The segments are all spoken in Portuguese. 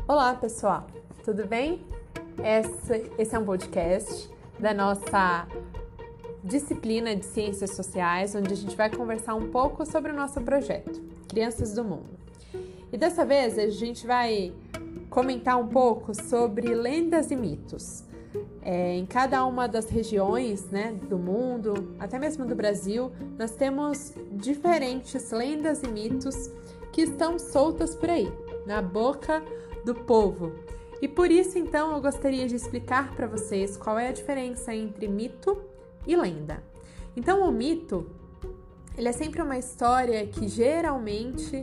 Olá, pessoal, tudo bem? Esse é um podcast da nossa disciplina de Ciências Sociais, onde a gente vai conversar um pouco sobre o nosso projeto, Crianças do Mundo. E dessa vez a gente vai comentar um pouco sobre lendas e mitos. Em cada uma das regiões, do mundo, até mesmo do Brasil, nós temos diferentes lendas e mitos que estão soltas por aí, na boca do povo. E por isso, então, eu gostaria de explicar para vocês qual é a diferença entre mito e lenda. Então, o mito, ele é sempre uma história que geralmente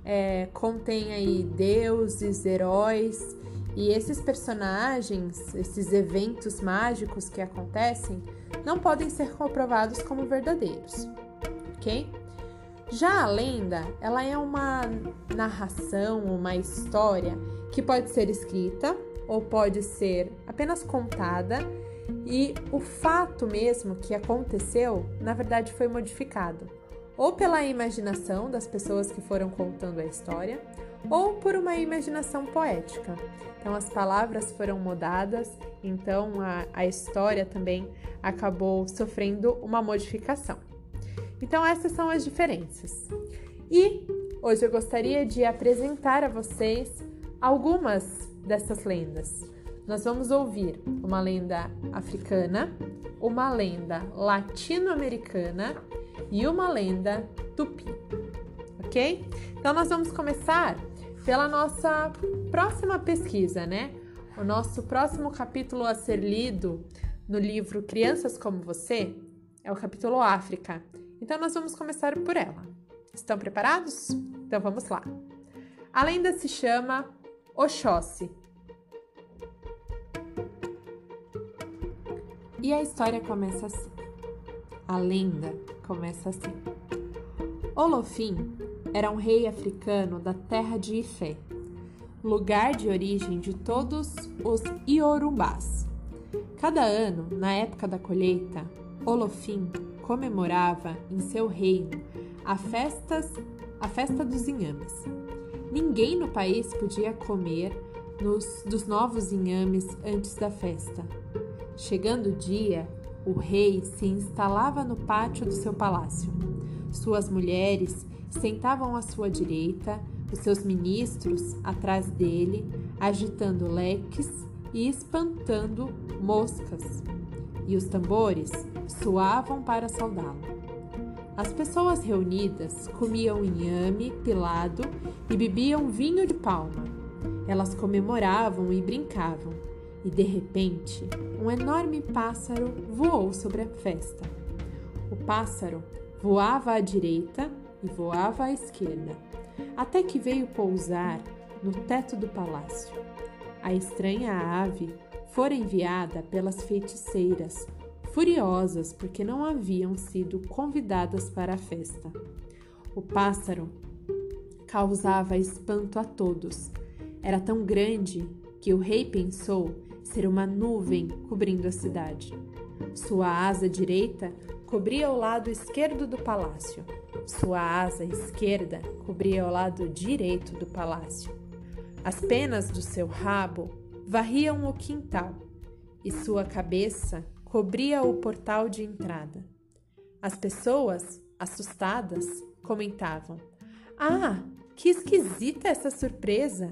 contém aí deuses, heróis, e esses personagens, esses eventos mágicos que acontecem, não podem ser comprovados como verdadeiros, ok? Já a lenda, ela é uma narração, uma história que pode ser escrita ou pode ser apenas contada e o fato mesmo que aconteceu, na verdade, foi modificado ou pela imaginação das pessoas que foram contando a história ou por uma imaginação poética. Então, as palavras foram mudadas, então a história também acabou sofrendo uma modificação. Então, essas são as diferenças. E hoje eu gostaria de apresentar a vocês algumas dessas lendas. Nós vamos ouvir uma lenda africana, uma lenda latino-americana e uma lenda tupi, ok? Então, nós vamos começar pela nossa próxima pesquisa, O nosso próximo capítulo a ser lido no livro Crianças como Você é o capítulo África. Então, nós vamos começar por ela. Estão preparados? Então, vamos lá. A lenda se chama Oxóssi. E a história começa assim. A lenda começa assim. Olofim era um rei africano da terra de Ifé, lugar de origem de todos os Iorumbás. Cada ano, na época da colheita, Olofim comemorava em seu reino a festa dos inhames. Ninguém no país podia comer dos novos inhames antes da festa. Chegando o dia, o rei se instalava no pátio do seu palácio. Suas mulheres sentavam à sua direita, os seus ministros atrás dele, agitando leques e espantando moscas. E os tambores soavam para saudá-lo. As pessoas reunidas comiam inhame pilado e bebiam vinho de palma. Elas comemoravam e brincavam, e de repente um enorme pássaro voou sobre a festa. O pássaro voava à direita e voava à esquerda, até que veio pousar no teto do palácio. A estranha ave fora enviada pelas feiticeiras, furiosas porque não haviam sido convidadas para a festa. O pássaro causava espanto a todos. Era tão grande que o rei pensou ser uma nuvem cobrindo a cidade. Sua asa direita cobria o lado esquerdo do palácio. Sua asa esquerda cobria o lado direito do palácio. As penas do seu rabo varriam o quintal e sua cabeça cobria o portal de entrada. As pessoas, assustadas, comentavam: "Ah, que esquisita essa surpresa!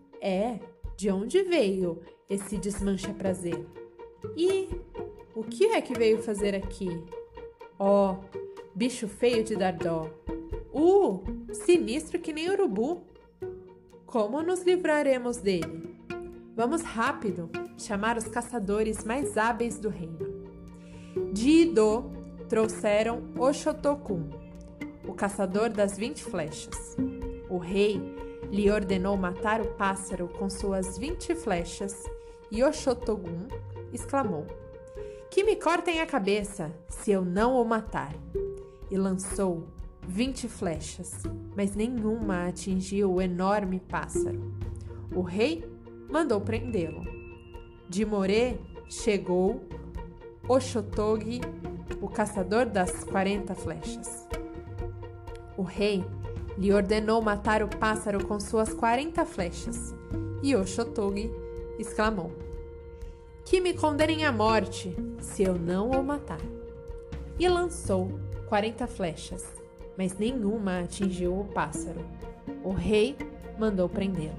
De onde veio esse desmancha-prazer? E o que é que veio fazer aqui? Oh, bicho feio de dar dó! Sinistro que nem urubu! Como nos livraremos dele? Vamos rápido chamar os caçadores mais hábeis do reino." De Idô trouxeram Oxotocum, o caçador das 20 flechas. O rei lhe ordenou matar o pássaro com suas 20 flechas e Oxotocum exclamou: "Que me cortem a cabeça se eu não o matar." E lançou 20 flechas, mas nenhuma atingiu o enorme pássaro. O rei mandou prendê-lo. De Moré chegou Oxotogi, o caçador das 40 flechas. O rei lhe ordenou matar o pássaro com suas 40 flechas E Oxotogi exclamou: que me condenem à morte, se eu não o matar. E lançou 40 flechas, mas nenhuma atingiu o pássaro. O rei mandou prendê-lo.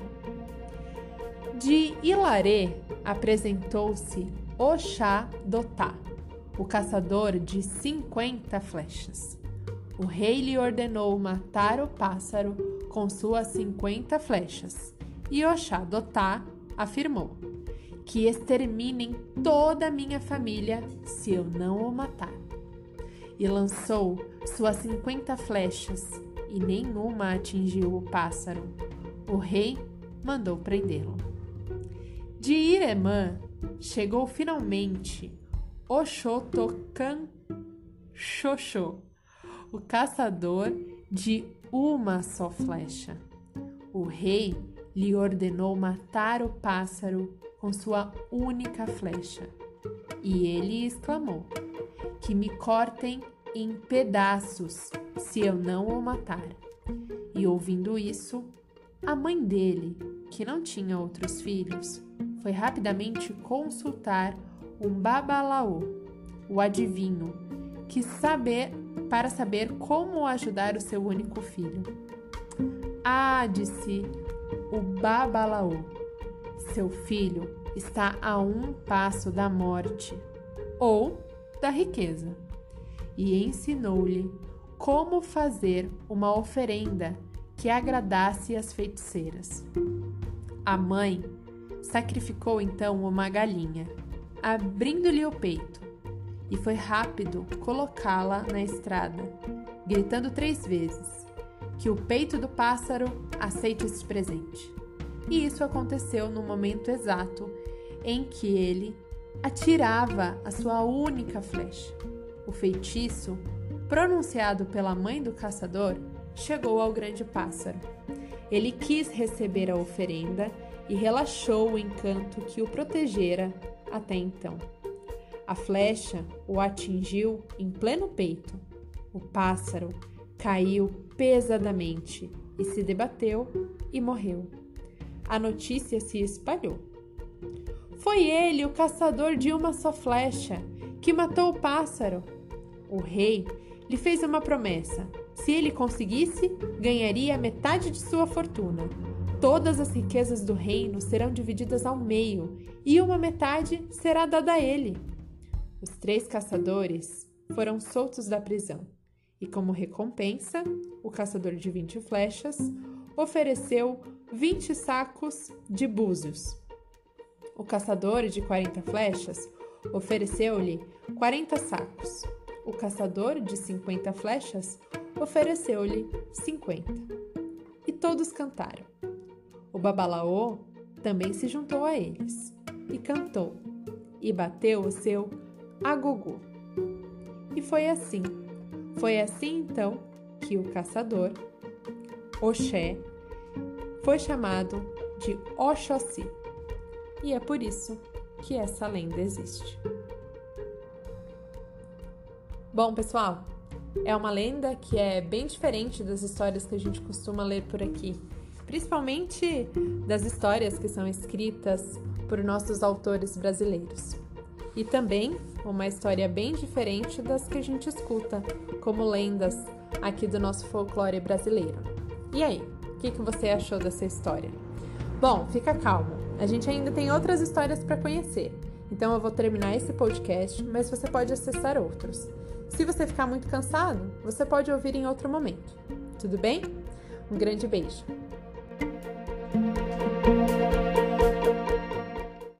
De Ilaré apresentou-se Oxá-Dotá, o caçador de 50 flechas. O rei lhe ordenou matar o pássaro com suas 50 flechas, e Oxá-Dotá afirmou: que exterminem toda a minha família se eu não o matar. E lançou suas 50 flechas, e nenhuma atingiu o pássaro. O rei mandou prendê-lo. De Iremã chegou finalmente Oxotocan Xoxô, o caçador de uma só flecha. O rei lhe ordenou matar o pássaro com sua única flecha. E ele exclamou: que me cortem em pedaços se eu não o matar. E ouvindo isso, a mãe dele, que não tinha outros filhos, foi rapidamente consultar um babalaô, o adivinho, para saber como ajudar o seu único filho. Ah, disse o babalaô, seu filho está a um passo da morte ou da riqueza. E ensinou-lhe como fazer uma oferenda que agradasse as feiticeiras. A mãe sacrificou então uma galinha, abrindo-lhe o peito, e foi rápido colocá-la na estrada, gritando 3 vezes: que o peito do pássaro aceite esse presente. E isso aconteceu no momento exato em que ele atirava a sua única flecha. O feitiço, pronunciado pela mãe do caçador, chegou ao grande pássaro. Ele quis receber a oferenda e relaxou o encanto que o protegera até então. A flecha o atingiu em pleno peito. O pássaro caiu pesadamente e se debateu e morreu. A notícia se espalhou. Foi ele, o caçador de uma só flecha, que matou o pássaro. O rei lhe fez uma promessa: se ele conseguisse, ganharia metade de sua fortuna. Todas as riquezas do reino serão divididas ao meio, e uma metade será dada a ele. Os 3 caçadores foram soltos da prisão, e como recompensa, o caçador de 20 flechas ofereceu 20 sacos de búzios. O caçador de 40 flechas ofereceu-lhe 40 sacos. O caçador de 50 flechas ofereceu-lhe 50. E todos cantaram. O babalaô também se juntou a eles e cantou, e bateu o seu agogô. E foi assim então que o caçador, Oxé, foi chamado de Oxóssi. E é por isso que essa lenda existe. Bom, pessoal, é uma lenda que é bem diferente das histórias que a gente costuma ler por aqui, principalmente das histórias que são escritas por nossos autores brasileiros. E também uma história bem diferente das que a gente escuta como lendas aqui do nosso folclore brasileiro. E aí, o que você achou dessa história? Bom, fica calmo, a gente ainda tem outras histórias para conhecer, então eu vou terminar esse podcast, mas você pode acessar outros. Se você ficar muito cansado, você pode ouvir em outro momento. Tudo bem? Um grande beijo!